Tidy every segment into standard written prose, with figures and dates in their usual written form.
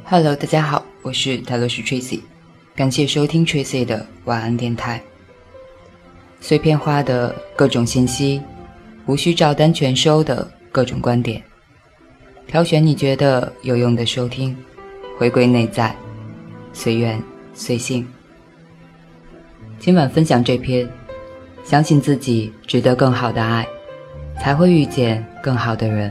Hello， 大家好，我是泰勒斯 Tracy， 感谢收听 Tracy 的晚安电台。碎片化的各种信息，无需照单全收的各种观点，挑选你觉得有用的收听，回归内在，随缘随性。今晚分享这篇，相信自己值得更好的爱，才会遇见更好的人。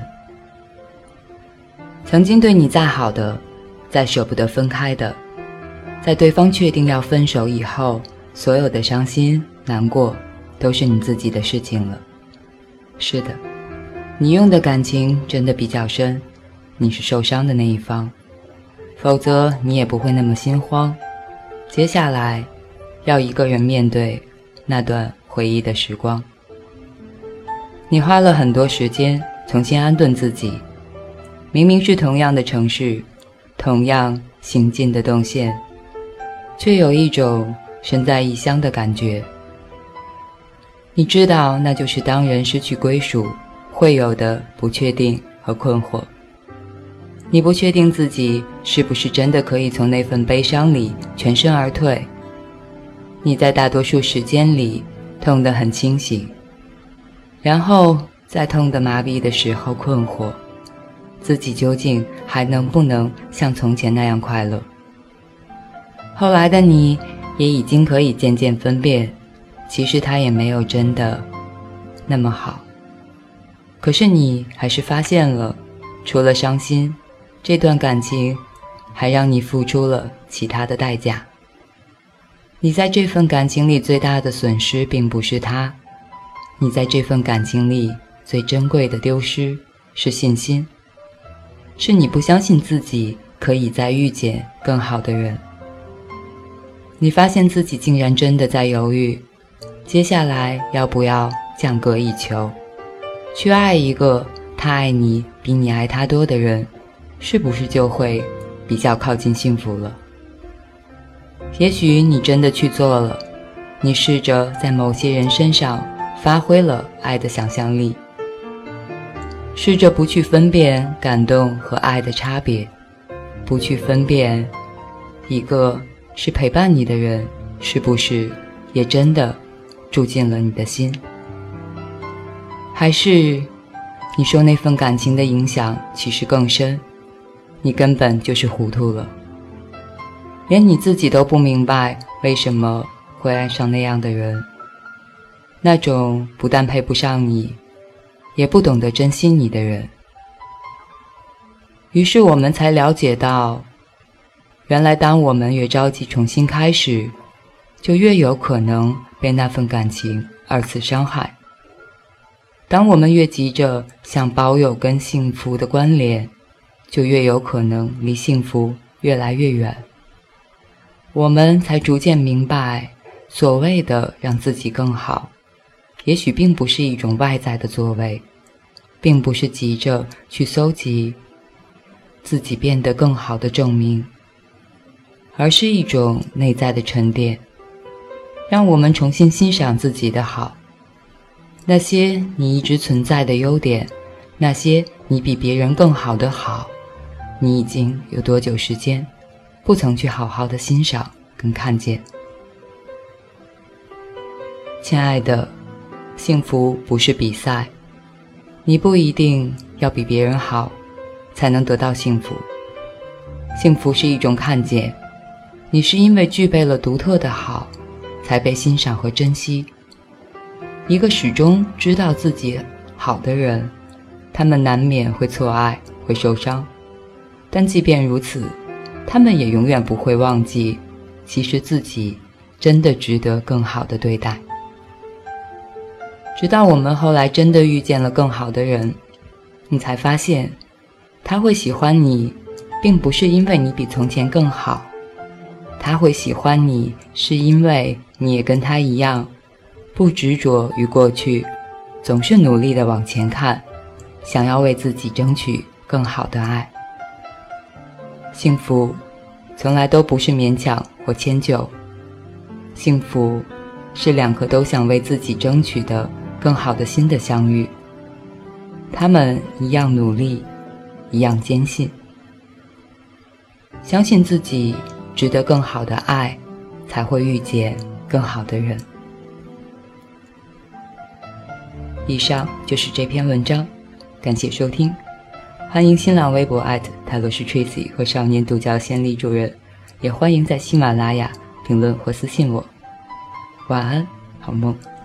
曾经对你再好的，再舍不得分开的，在对方确定要分手以后，所有的伤心难过都是你自己的事情了。是的，你用的感情真的比较深，你是受伤的那一方，否则你也不会那么心慌。接下来要一个人面对那段回忆的时光。你花了很多时间重新安顿自己，明明是同样的城市，同样行进的动线，却有一种身在异乡的感觉。你知道那就是当人失去归属会有的不确定和困惑。你不确定自己是不是真的可以从那份悲伤里全身而退。你在大多数时间里痛得很清醒，然后在痛得麻痹的时候困惑，自己究竟还能不能像从前那样快乐。后来的你也已经可以渐渐分辨，其实他也没有真的那么好。可是你还是发现了，除了伤心，这段感情还让你付出了其他的代价。你在这份感情里最大的损失并不是他，你在这份感情里最珍贵的丢失是信心，是你不相信自己可以再遇见更好的人。你发现自己竟然真的在犹豫，接下来要不要降格以求，去爱一个他爱你比你爱他多的人，是不是就会比较靠近幸福了？也许你真的去做了，你试着在某些人身上发挥了爱的想象力，试着不去分辨感动和爱的差别，不去分辨一个是陪伴你的人是不是也真的住进了你的心，还是你受那份感情的影响其实更深，你根本就是糊涂了，连你自己都不明白为什么会爱上那样的人，那种不但配不上你也不懂得珍惜你的人。于是我们才了解到，原来当我们越着急重新开始，就越有可能被那份感情二次伤害。当我们越急着想保有跟幸福的关联，就越有可能离幸福越来越远。我们才逐渐明白，所谓的让自己更好，也许并不是一种外在的作为，并不是急着去搜集自己变得更好的证明，而是一种内在的沉淀，让我们重新欣赏自己的好，那些你一直存在的优点，那些你比别人更好的好，你已经有多久时间不曾去好好的欣赏跟看见？亲爱的，幸福不是比赛，你不一定要比别人好才能得到幸福。幸福是一种看见，你是因为具备了独特的好才被欣赏和珍惜。一个始终知道自己好的人，他们难免会错爱，会受伤，但即便如此，他们也永远不会忘记，其实自己真的值得更好的对待。直到我们后来真的遇见了更好的人，你才发现，他会喜欢你，并不是因为你比从前更好，他会喜欢你，是因为你也跟他一样，不执着于过去，总是努力地往前看，想要为自己争取更好的爱。幸福从来都不是勉强或迁就，幸福是两颗都想为自己争取的更好的心的相遇，他们一样努力，一样坚信。 相信自己值得更好的爱，才会遇见更好的人。以上就是这篇文章，感谢收听。欢迎新浪微博泰罗斯 Tracy 和少年独角仙李主任，也欢迎在喜马拉雅评论或私信我。晚安，好梦。